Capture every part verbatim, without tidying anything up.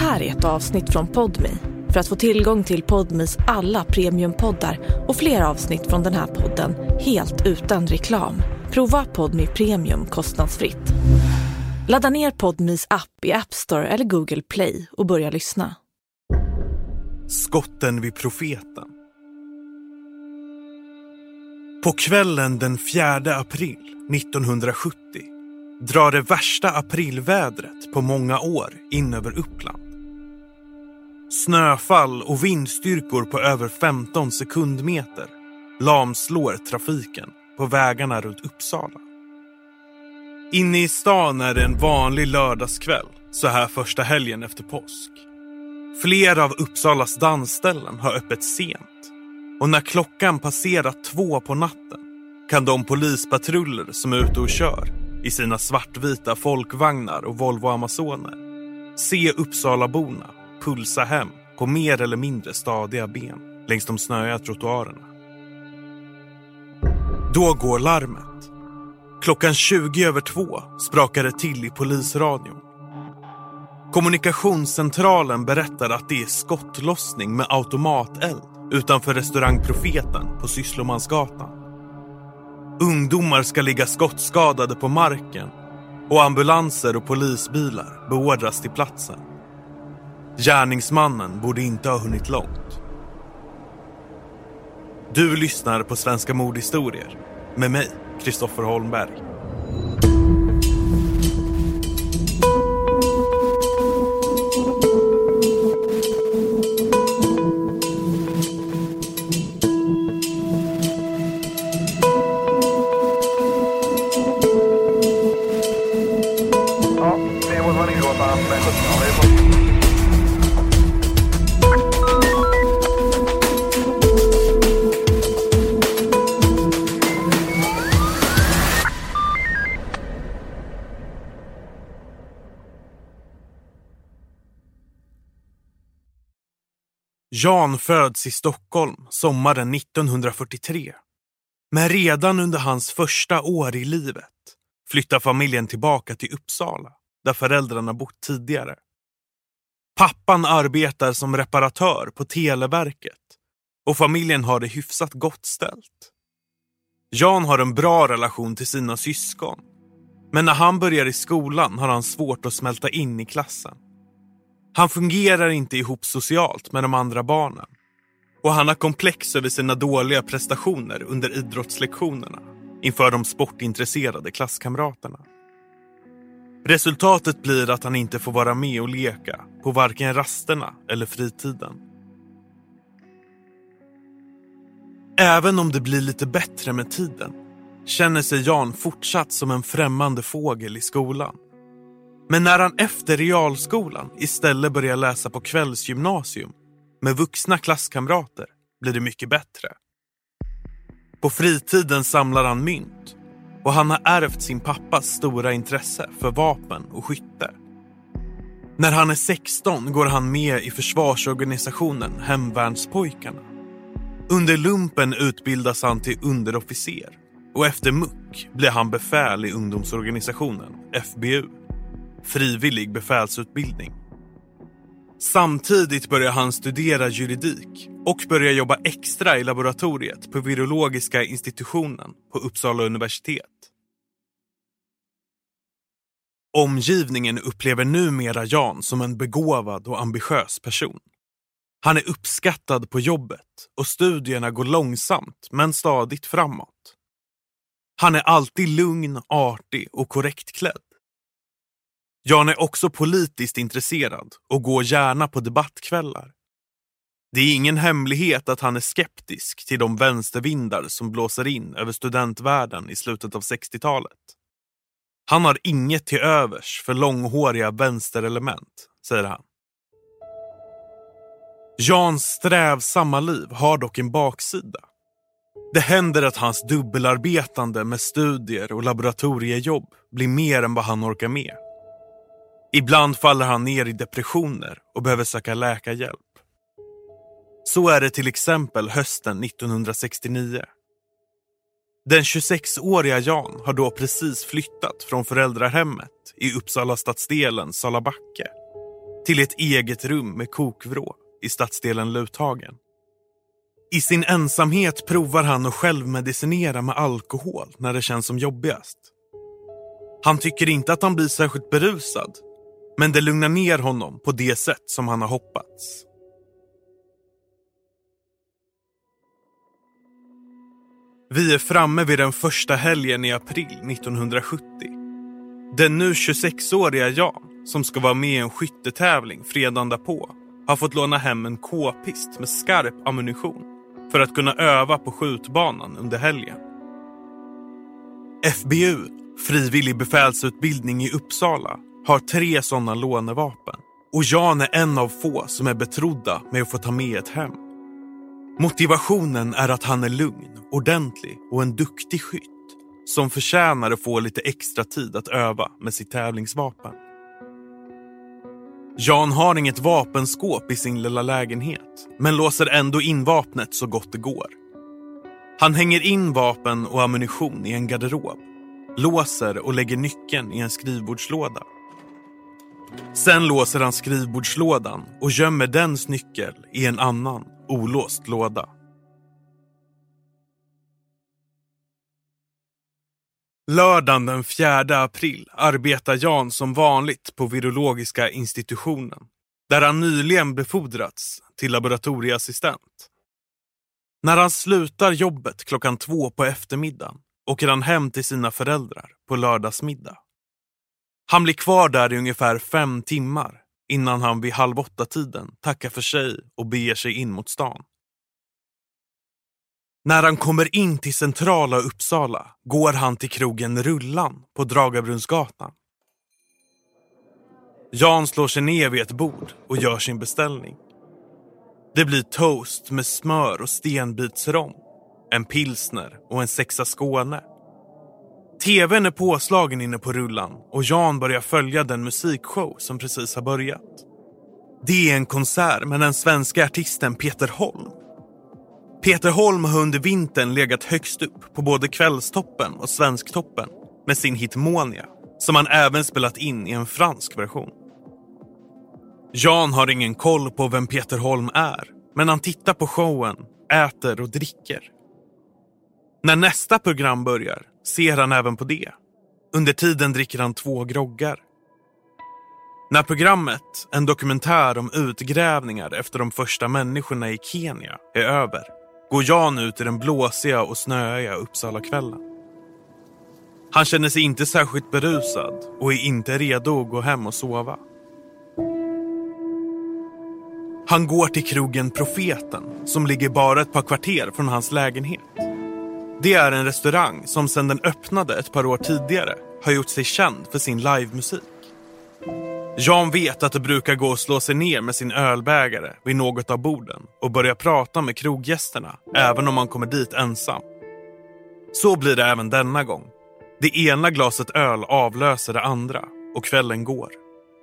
här är ett avsnitt från Podme. För att få tillgång till Podmes alla premiumpoddar och fler avsnitt från den här podden helt utan reklam, prova Podme Premium kostnadsfritt. Ladda ner Podmes app i App Store eller Google Play och börja lyssna. Skotten vid profeten. På kvällen den fjärde april nittonhundrasjuttio drar det värsta aprilvädret på många år in över Uppland. Snöfall och vindstyrkor på över femton sekundmeter lamslår trafiken på vägarna runt Uppsala. Inne i stan är det en vanlig lördagskväll så här första helgen efter påsk. Flera av Uppsalas dansställen har öppet sent. Och när klockan passerat två på natten kan de polispatruller som är ute och kör i sina svartvita folkvagnar och Volvo Amazoner se Uppsalaborna pulsa hem på mer eller mindre stadiga ben längs de snöiga trottoarerna. Då går larmet. Klockan tjugo över två sprakar det till i polisradion. Kommunikationscentralen berättar att det är skottlossning med automateld utanför restaurang Profeten på Sysslomansgatan. Ungdomar ska ligga skottskadade på marken och ambulanser och polisbilar beordras till platsen. Gärningsmannen borde inte ha hunnit långt. Du lyssnar på Svenska mordhistorier med mig, Kristoffer Holmberg. Jan föds i Stockholm sommaren nittonhundrafyrtiotre. Men redan under hans första år i livet flyttar familjen tillbaka till Uppsala, där föräldrarna bott tidigare. Pappan arbetar som reparatör på Televerket och familjen har det hyfsat gott ställt. Jan har en bra relation till sina syskon, men när han börjar i skolan har han svårt att smälta in i klassen. Han fungerar inte ihop socialt med de andra barnen. Och han har komplex över sina dåliga prestationer under idrottslektionerna inför de sportintresserade klasskamraterna. Resultatet blir att han inte får vara med och leka på varken rasterna eller fritiden. Även om det blir lite bättre med tiden känner sig Jan fortsatt som en främmande fågel i skolan. Men när han efter realskolan istället börjar läsa på kvällsgymnasium med vuxna klasskamrater blir det mycket bättre. På fritiden samlar han mynt och han har ärvt sin pappas stora intresse för vapen och skytte. När han är sexton går han med i försvarsorganisationen Hemvärnspojkarna. Under lumpen utbildas han till underofficer och efter muck blir han befäl i ungdomsorganisationen F B U. Frivillig befälsutbildning. Samtidigt börjar han studera juridik och börjar jobba extra i laboratoriet på virologiska institutionen på Uppsala universitet. Omgivningen upplever numera Jan som en begåvad och ambitiös person. Han är uppskattad på jobbet och studierna går långsamt men stadigt framåt. Han är alltid lugn, artig och korrekt klädd. Jan är också politiskt intresserad och går gärna på debattkvällar. Det är ingen hemlighet att han är skeptisk till de vänstervindar som blåser in över studentvärlden i slutet av sextiotalet. Han har inget till övers för långhåriga vänsterelement, säger han. Jans strävsamma liv har dock en baksida. Det händer att hans dubbelarbetande med studier och laboratoriejobb blir mer än vad han orkar med. Ibland faller han ner i depressioner och behöver söka läkarhjälp. Så är det till exempel hösten nittonhundrasextionio. Den tjugosexåriga Jan har då precis flyttat från föräldrahemmet i Uppsala stadsdelen Salabacke till ett eget rum med kokvrå i stadsdelen Luthagen. I sin ensamhet provar han att självmedicinera med alkohol när det känns som jobbigast. Han tycker inte att han blir särskilt berusad, men det lugnar ner honom på det sätt som han har hoppats. Vi är framme vid den första helgen i april nittonhundrasjuttio. Den nu tjugosexåriga Jan, som ska vara med i en skyttetävling fredagen därpå, har fått låna hem en k-pist med skarp ammunition för att kunna öva på skjutbanan under helgen. F B U, frivillig befälsutbildning i Uppsala, har tre sådana lånevapen och Jan är en av få som är betrodda med att få ta med ett hem. Motivationen är att han är lugn, ordentlig och en duktig skytt som förtjänar att få lite extra tid att öva med sitt tävlingsvapen. Jan har inget vapenskåp i sin lilla lägenhet, men låser ändå in vapnet så gott det går. Han hänger in vapen och ammunition i en garderob, låser och lägger nyckeln i en skrivbordslåda. Sen låser han skrivbordslådan och gömmer dens nyckel i en annan, olåst låda. Lördagen den fjärde april arbetar Jan som vanligt på virologiska institutionen, där han nyligen befordrats till laboratorieassistent. När han slutar jobbet klockan två på eftermiddagen åker han hem till sina föräldrar på lördagsmiddag. Han blir kvar där i ungefär fem timmar innan han vid halv åtta tiden tackar för sig och beger sig in mot stan. När han kommer in till centrala Uppsala går han till krogen Rullan på Dragabrunnsgatan. Jan slår sig ner vid ett bord och gör sin beställning. Det blir toast med smör och stenbitsrom, en pilsner och en sexa Skåne. T V:n är påslagen inne på Rullan och Jan börjar följa den musikshow som precis har börjat. Det är en konsert med den svenska artisten Peter Holm. Peter Holm har under vintern legat högst upp på både Kvällstoppen och Svensktoppen med sin hit Monia, som han även spelat in i en fransk version. Jan har ingen koll på vem Peter Holm är, men han tittar på showen, äter och dricker. När nästa program börjar ser han även på det. Under tiden dricker han två groggar. När programmet, en dokumentär om utgrävningar efter de första människorna i Kenya, är över, går Jan ut i den blåsiga och snöiga Uppsala-kvällen. Han känner sig inte särskilt berusad och är inte redo att gå hem och sova. Han går till krogen Profeten som ligger bara ett par kvarter från hans lägenhet. Det är en restaurang som sedan den öppnade ett par år tidigare har gjort sig känd för sin livemusik. Jan vet att det brukar gå att slå sig ner med sin ölbägare vid något av borden och börja prata med kroggästerna även om man kommer dit ensam. Så blir det även denna gång. Det ena glaset öl avlöser det andra och kvällen går.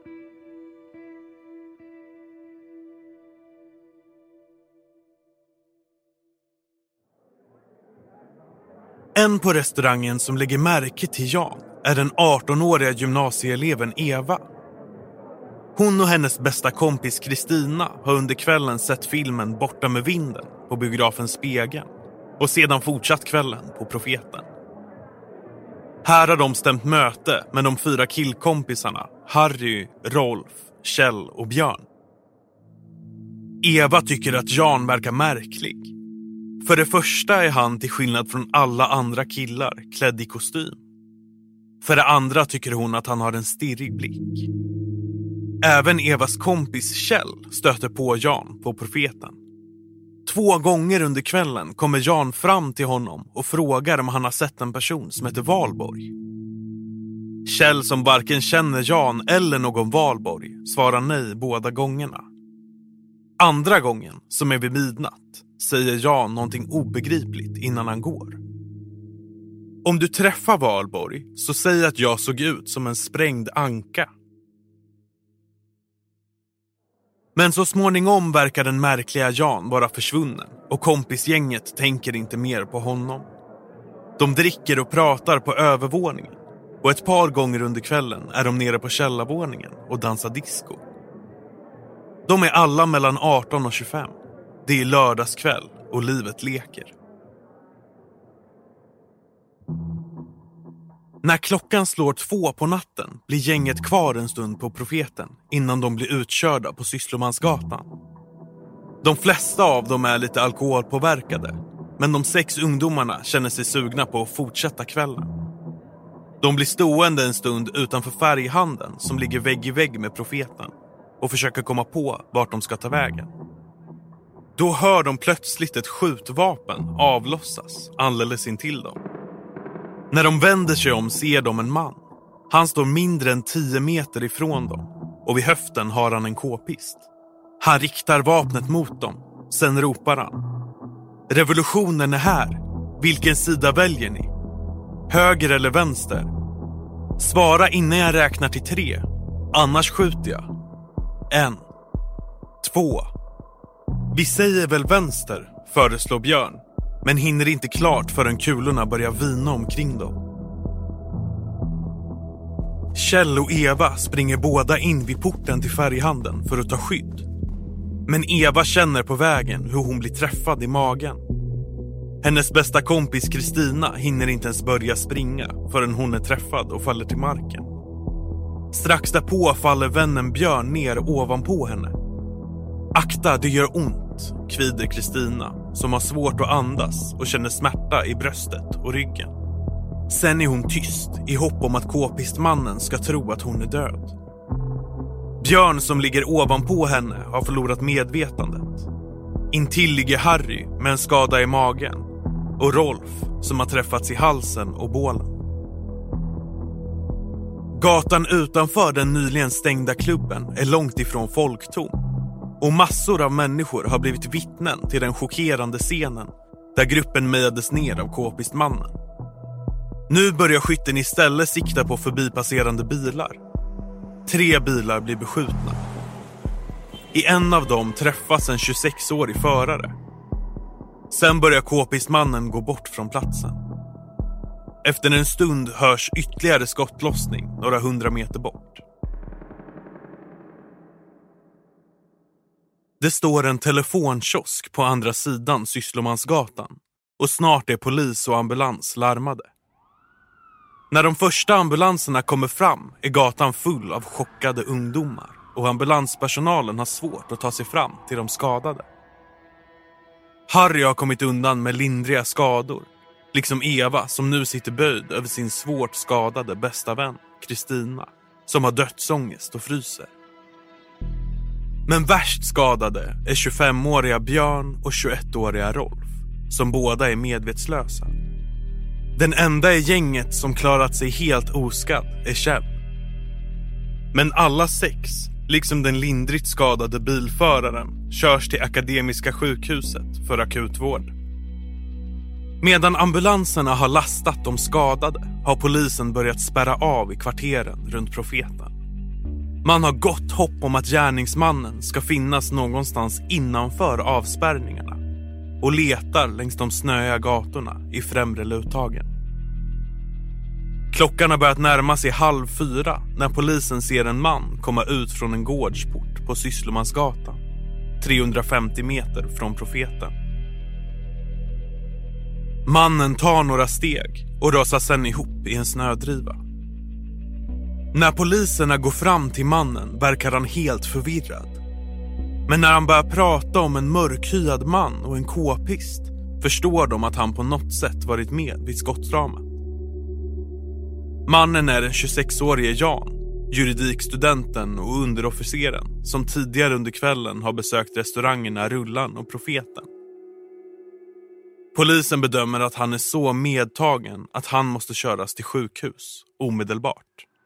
En på restaurangen som lägger märke till Jan är den artonåriga gymnasieeleven Eva. Hon och hennes bästa kompis Kristina har under kvällen sett filmen Borta med vinden på biografen Spegeln och sedan fortsatt kvällen på Profeten. Här har de stämt möte med de fyra killkompisarna Harry, Rolf, Kjell och Björn. Eva tycker att Jan verkar märklig. För det första är han till skillnad från alla andra killar klädd i kostym. För det andra tycker hon att han har en stirrig blick. Även Evas kompis Kjell stöter på Jan på Profeten. Två gånger under kvällen kommer Jan fram till honom och frågar om han har sett en person som heter Valborg. Kjell, som varken känner Jan eller någon Valborg, svarar nej båda gångerna. Andra gången, som är vid midnatt, säger Jan någonting obegripligt innan han går. Om du träffar Valborg så säg att jag såg ut som en sprängd anka. Men så småningom verkar den märkliga Jan vara försvunnen och kompisgänget tänker inte mer på honom. De dricker och pratar på övervåningen och ett par gånger under kvällen är de nere på källarvåningen och dansar disco. De är alla mellan arton och tjugofem. Det är lördagskväll och livet leker. När klockan slår två på natten blir gänget kvar en stund på Profeten innan de blir utkörda på Sysslomansgatan. De flesta av dem är lite alkoholpåverkade, men de sex ungdomarna känner sig sugna på att fortsätta kvällen. De blir stående en stund utanför färghandeln som ligger vägg i vägg med Profeten och försöker komma på vart de ska ta vägen. Då hör de plötsligt ett skjutvapen avlossas alldeles intill dem. När de vänder sig om ser de en man. Han står mindre än tio meter ifrån dem och vid höften har han en k-pist. Han riktar vapnet mot dem, sen ropar han: "Revolutionen är här. Vilken sida väljer ni? Höger eller vänster? Svara innan jag räknar till tre. Annars skjuter jag. En. Två." "Vi säger väl vänster", föreslår Björn, men hinner inte klart förrän kulorna börjar vina omkring dem. Kjell och Eva springer båda in vid porten till färghandeln för att ta skydd. Men Eva känner på vägen hur hon blir träffad i magen. Hennes bästa kompis Kristina hinner inte ens börja springa förrän hon är träffad och faller till marken. Strax därpå faller vännen Björn ner ovanpå henne. "Akta, det gör ont", kvider Kristina, som har svårt att andas och känner smärta i bröstet och ryggen. Sen är hon tyst i hopp om att k-pistmannen ska tro att hon är död. Björn, som ligger ovanpå henne, har förlorat medvetandet. Intill ligger Harry med en skada i magen och Rolf som har träffats i halsen och bålen. Gatan utanför den nyligen stängda klubben är långt ifrån folktom och massor av människor har blivit vittnen till den chockerande scenen där gruppen mejades ner av k-pistmannen. Nu börjar skytten istället sikta på förbipasserande bilar. Tre bilar blir beskjutna. I en av dem träffas en tjugosexårig förare. Sen börjar k-pistmannen gå bort från platsen. Efter en stund hörs ytterligare skottlossning några hundra meter bort. Det står en telefonkiosk på andra sidan Sysslomansgatan och snart är polis och ambulans larmade. När de första ambulanserna kommer fram är gatan full av chockade ungdomar och ambulanspersonalen har svårt att ta sig fram till de skadade. Harry har kommit undan med lindriga skador, liksom Eva som nu sitter böjd över sin svårt skadade bästa vän, Kristina, som har dödsångest och fryser. Men värst skadade är tjugofemåriga Björn och tjugoettåriga Rolf, som båda är medvetslösa. Den enda i gänget som klarat sig helt oskadd är Kjell. Men alla sex, liksom den lindrigt skadade bilföraren, körs till Akademiska sjukhuset för akutvård. Medan ambulanserna har lastat de skadade har polisen börjat spärra av i kvarteren runt Profeten. Man har gott hopp om att gärningsmannen ska finnas någonstans innanför avspärrningarna och letar längs de snöiga gatorna i främre Luthagen. Klockan har börjat närma sig halv fyra när polisen ser en man komma ut från en gårdsport på Sysslomansgatan, trehundrafemtio meter från Profeten. Mannen tar några steg och rasar sen ihop i en snödriva. När poliserna går fram till mannen verkar han helt förvirrad. Men när han börjar prata om en mörkhyad man och en k-pist förstår de att han på något sätt varit med vid skottramen. Mannen är den tjugosexårige Jan, juridikstudenten och underofficeren som tidigare under kvällen har besökt restaurangerna Rullan och Profeten. Polisen bedömer att han är så medtagen att han måste köras till sjukhus omedelbart.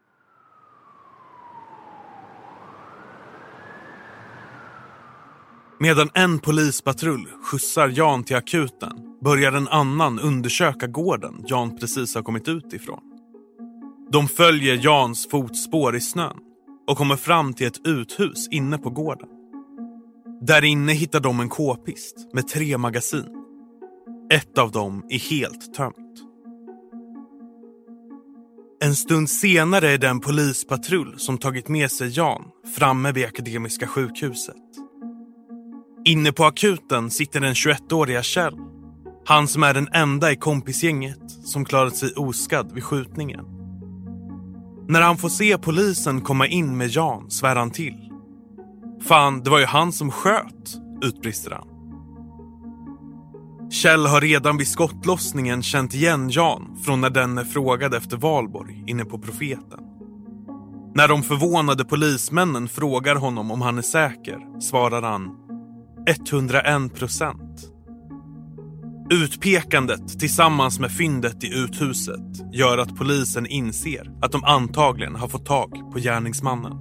Medan en polispatrull skjutsar Jan till akuten börjar en annan undersöka gården Jan precis har kommit ut ifrån. De följer Jans fotspår i snön och kommer fram till ett uthus inne på gården. Där inne hittar de en k-pist med tre magasin. Ett av dem är helt tömt. En stund senare är den polispatrull som tagit med sig Jan framme vid Akademiska sjukhuset. Inne på akuten sitter den tjugoettåriga Kjell. Han som är den enda i kompisgänget som klarat sig oskadd vid skjutningen. När han får se polisen komma in med Jan svär han till. Fan, det var ju han som sköt, utbrister han. Kjell har redan vid skottlossningen känt igen Jan från när den frågade efter Valborg inne på Profeten. När de förvånade polismännen frågar honom om han är säker svarar han hundraen procent. Utpekandet tillsammans med fyndet i uthuset gör att polisen inser att de antagligen har fått tag på gärningsmannen.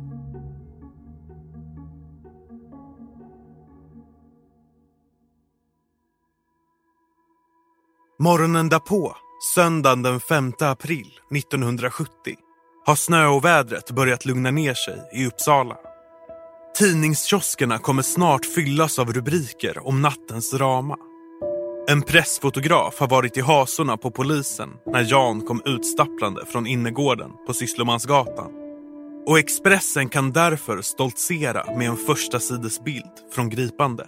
Morgonen därpå, söndagen den femte april nittonhundrasjuttio, har snöovädret börjat lugna ner sig i Uppsala. Tidningskioskerna kommer snart fyllas av rubriker om nattens drama. En pressfotograf har varit i hasorna på polisen när Jan kom utstapplande från innergården på Sysslomansgatan. Och Expressen kan därför stoltsera med en första sidesbild från gripandet.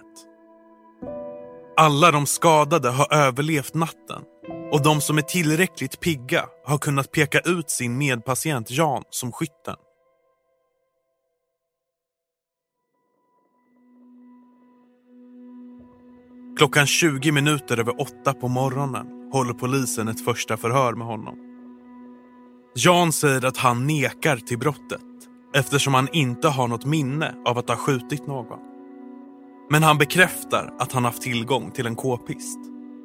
Alla de skadade har överlevt natten och de som är tillräckligt pigga har kunnat peka ut sin medpatient Jan som skytten. Klockan tjugo minuter över åtta på morgonen håller polisen ett första förhör med honom. Jan säger att han nekar till brottet eftersom han inte har något minne av att ha skjutit någon. Men han bekräftar att han haft tillgång till en k-pist.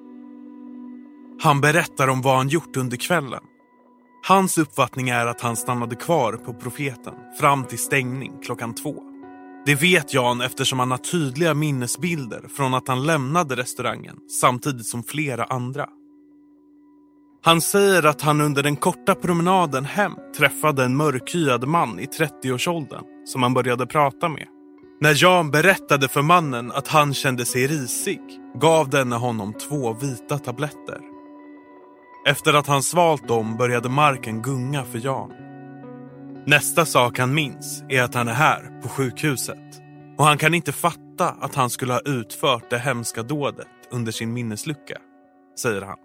Han berättar om vad han gjort under kvällen. Hans uppfattning är att han stannade kvar på Profeten fram till stängning klockan två. Det vet Jan eftersom han har tydliga minnesbilder från att han lämnade restaurangen samtidigt som flera andra. Han säger att han under den korta promenaden hem träffade en mörkhyad man i trettioårsåldern som han började prata med. När Jan berättade för mannen att han kände sig risig gav denne honom två vita tabletter. Efter att han svalt dem började marken gunga för Jan. Nästa sak han minns är att han är här på sjukhuset och han kan inte fatta att han skulle ha utfört det hemska dådet under sin minneslucka, säger han.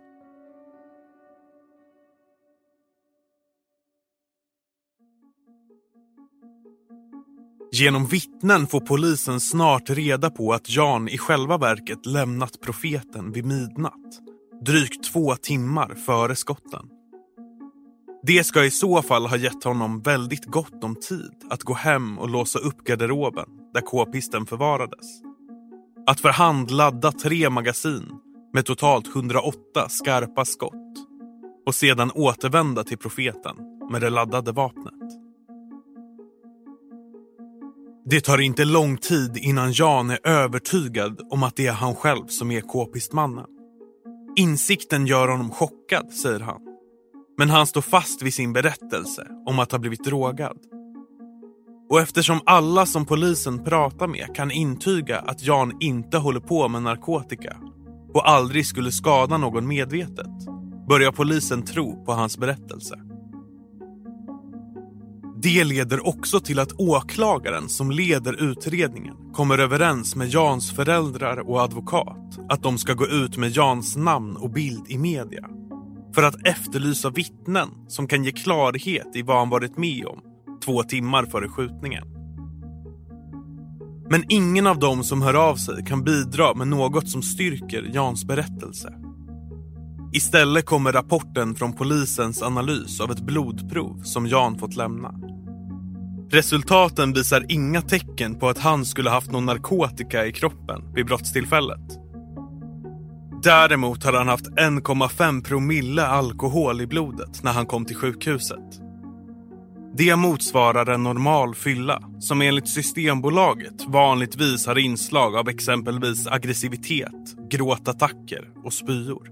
Genom vittnen får polisen snart reda på att Jan i själva verket lämnat Profeten vid midnatt, drygt två timmar före skotten. Det ska i så fall ha gett honom väldigt gott om tid att gå hem och låsa upp garderoben där k-pisten förvarades. Att för hand ladda tre magasin med totalt hundraåtta skarpa skott och sedan återvända till Profeten med det laddade vapnet. Det tar inte lång tid innan Jan är övertygad om att det är han själv som är k-pistmannen. Insikten gör honom chockad, säger han. Men han står fast vid sin berättelse om att ha blivit drogad. Och eftersom alla som polisen pratar med kan intyga att Jan inte håller på med narkotika och aldrig skulle skada någon medvetet, börjar polisen tro på hans berättelse. Det leder också till att åklagaren som leder utredningen kommer överens med Jans föräldrar och advokat att de ska gå ut med Jans namn och bild i media för att efterlysa vittnen som kan ge klarhet i vad han varit med om två timmar före skjutningen. Men ingen av dem som hör av sig kan bidra med något som styrker Jans berättelse. Istället kommer rapporten från polisens analys av ett blodprov som Jan fått lämna. Resultaten visar inga tecken på att han skulle haft någon narkotika i kroppen vid brottstillfället. Däremot har han haft en komma fem promille alkohol i blodet när han kom till sjukhuset. Det motsvarar en normal fylla som enligt Systembolaget vanligtvis har inslag av exempelvis aggressivitet, gråtattacker och spyor.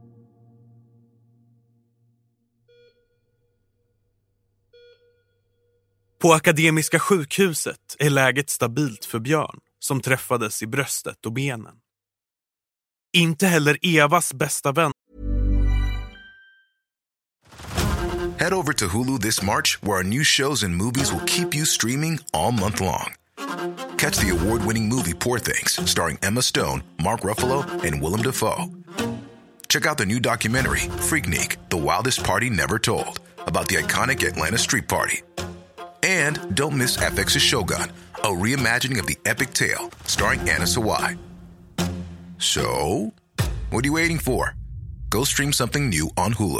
På Akademiska sjukhuset är läget stabilt för Björn som träffades i bröstet och benen. Inte heller Evas bästa vän. Head over to Hulu this March, where our new shows and movies will keep you streaming all month long. Catch the award-winning movie Poor Things, starring Emma Stone, Mark Ruffalo, and Willem Dafoe. Check out the new documentary, Freaknik, The Wildest Party Never Told, about the iconic Atlanta Street Party. And don't miss F X's Shogun, a reimagining of the epic tale, starring Anna Sawai. So, what are you waiting for? Go stream something new on Hulu.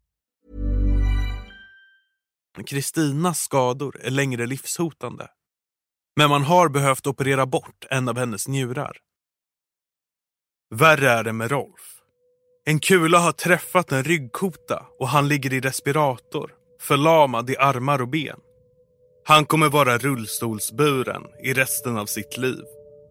Kristinas skador är längre livshotande. Men man har behövt operera bort en av hennes njurar. Värre är det med Rolf. En kula har träffat en ryggkota och han ligger i respirator, förlamad i armar och ben. Han kommer vara rullstolsburen i resten av sitt liv.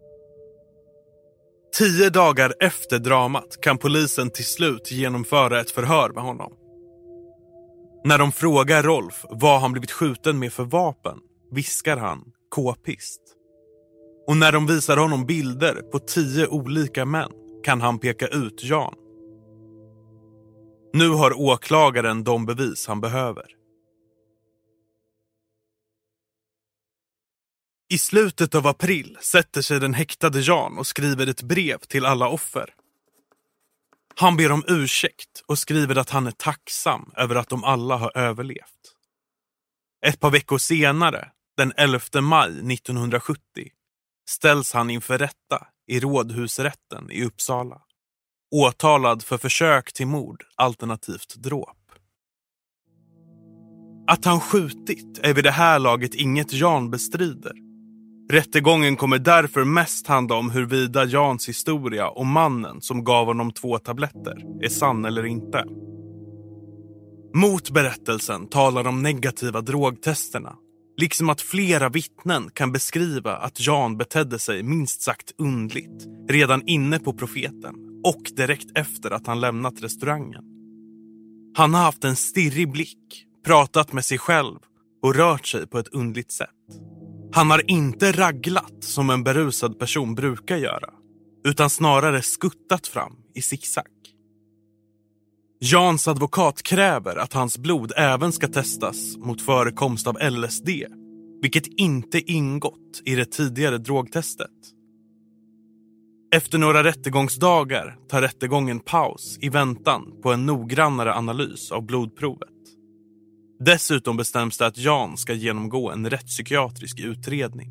Tio dagar efter dramat kan polisen till slut genomföra ett förhör med honom. När de frågar Rolf vad han blivit skjuten med för vapen viskar han k-pist. Och när de visar honom bilder på tio olika män kan han peka ut Jan. Nu har åklagaren de bevis han behöver. I slutet av april sätter sig den häktade Jan och skriver ett brev till alla offer. Han ber om ursäkt och skriver att han är tacksam över att de alla har överlevt. Ett par veckor senare, den elfte maj nittonhundrasjuttio, ställs han inför rätta i Rådhusrätten i Uppsala. Åtalad för försök till mord alternativt dråp. Att han skjutit är vid det här laget inget Jan bestrider. Rättegången kommer därför mest handla om huruvida Jans historia och mannen som gav honom två tabletter är sann eller inte. Mot berättelsen talar de negativa drogtesterna, liksom att flera vittnen kan beskriva att Jan betedde sig minst sagt undligt redan inne på Profeten och direkt efter att han lämnat restaurangen. Han har haft en stirrig blick, pratat med sig själv och rört sig på ett undligt sätt. Han har inte raglat som en berusad person brukar göra, utan snarare skuttat fram i zigzag. Jans advokat kräver att hans blod även ska testas mot förekomst av L S D, vilket inte ingått i det tidigare drogtestet. Efter några rättegångsdagar tar rättegången paus i väntan på en noggrannare analys av blodprovet. Dessutom bestäms det att Jan ska genomgå en rättspsykiatrisk utredning.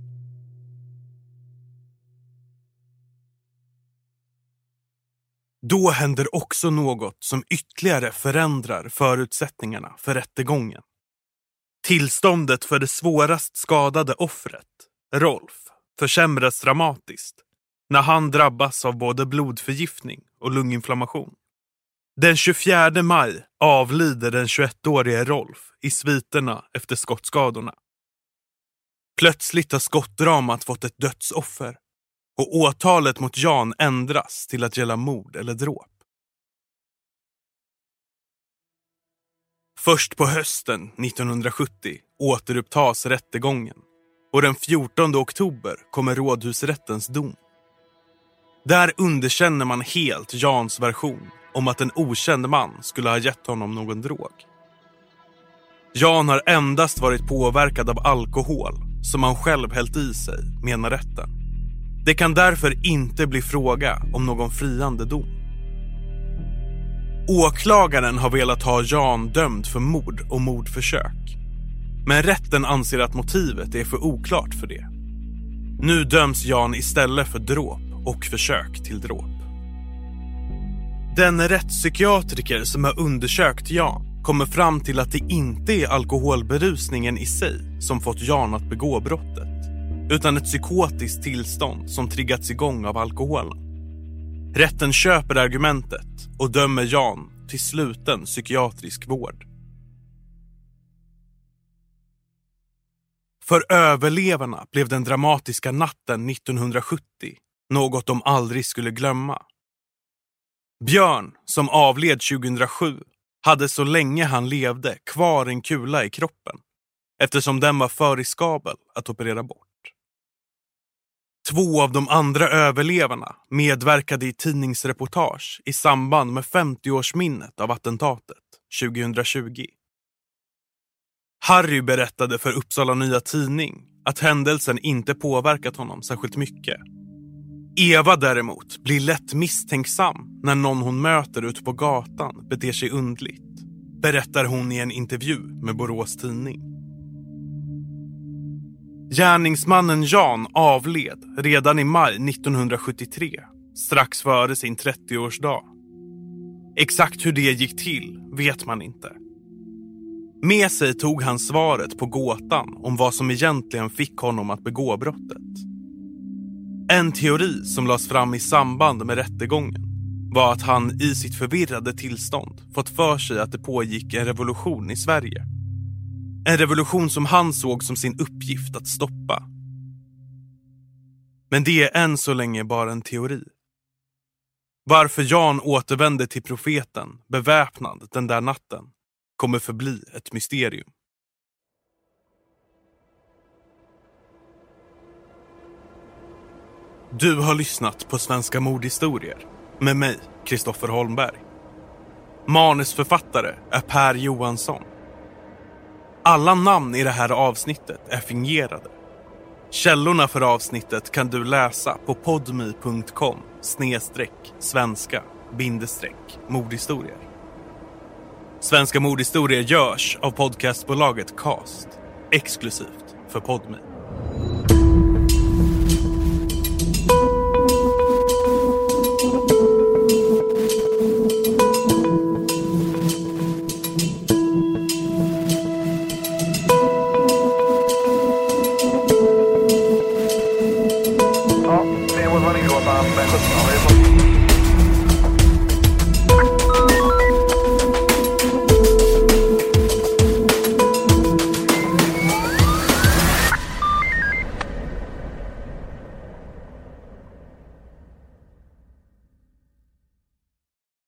Då händer också något som ytterligare förändrar förutsättningarna för rättegången. Tillståndet för det svårast skadade offret, Rolf, försämras dramatiskt när han drabbas av både blodförgiftning och lunginflammation. Den tjugofjärde maj avlider den tjugoettårige Rolf i sviterna efter skottskadorna. Plötsligt har skottdramat fått ett dödsoffer och åtalet mot Jan ändras till att gälla mord eller dråp. Först på hösten nittonhundrasjuttio återupptas rättegången och den fjortonde oktober kommer Rådhusrättens dom. Där underkänner man helt Jans version om att en okänd man skulle ha gett honom någon drog. Jan har endast varit påverkad av alkohol som han själv hällt i sig, menar rätten. Det kan därför inte bli fråga om någon friande dom. Åklagaren har velat ha Jan dömd för mord och mordförsök. Men rätten anser att motivet är för oklart för det. Nu döms Jan istället för dråp och försök till dråp. Den rättspsykiatriker som har undersökt Jan kommer fram till att det inte är alkoholberusningen i sig som fått Jan att begå brottet, utan ett psykotiskt tillstånd som triggats igång av alkoholen. Rätten köper argumentet och dömer Jan till sluten psykiatrisk vård. För överlevarna blev den dramatiska natten nittonhundrasjuttio något de aldrig skulle glömma. Björn, som avled tjugohundrasju, hade så länge han levde kvar en kula i kroppen, eftersom den var för riskabel att operera bort. Två av de andra överlevarna medverkade i tidningsreportage i samband med femtioårsminnet av attentatet tjugohundratjugo. Harry berättade för Uppsala Nya Tidning att händelsen inte påverkat honom särskilt mycket. Eva däremot blir lätt misstänksam när någon hon möter ute på gatan beter sig undligt, berättar hon i en intervju med Borås Tidning. Gärningsmannen Jan avled redan i maj nittonhundrasjuttiotre, strax före sin trettioårsdag. Exakt hur det gick till vet man inte. Med sig tog han svaret på gåtan om vad som egentligen fick honom att begå brottet. En teori som lades fram i samband med rättegången var att han i sitt förvirrade tillstånd fått för sig att det pågick en revolution i Sverige. En revolution som han såg som sin uppgift att stoppa. Men det är än så länge bara en teori. Varför Jan återvände till profeten beväpnad den där natten kommer förbli ett mysterium. Du har lyssnat på Svenska mordhistorier med mig, Kristoffer Holmberg. Manusförfattare är Per Johansson. Alla namn i det här avsnittet är fingerade. Källorna för avsnittet kan du läsa på podmi punkt com snedstreck svenska bindestreck mordhistorier. Svenska mordhistorier görs av podcastbolaget Cast, exklusivt för Podmi.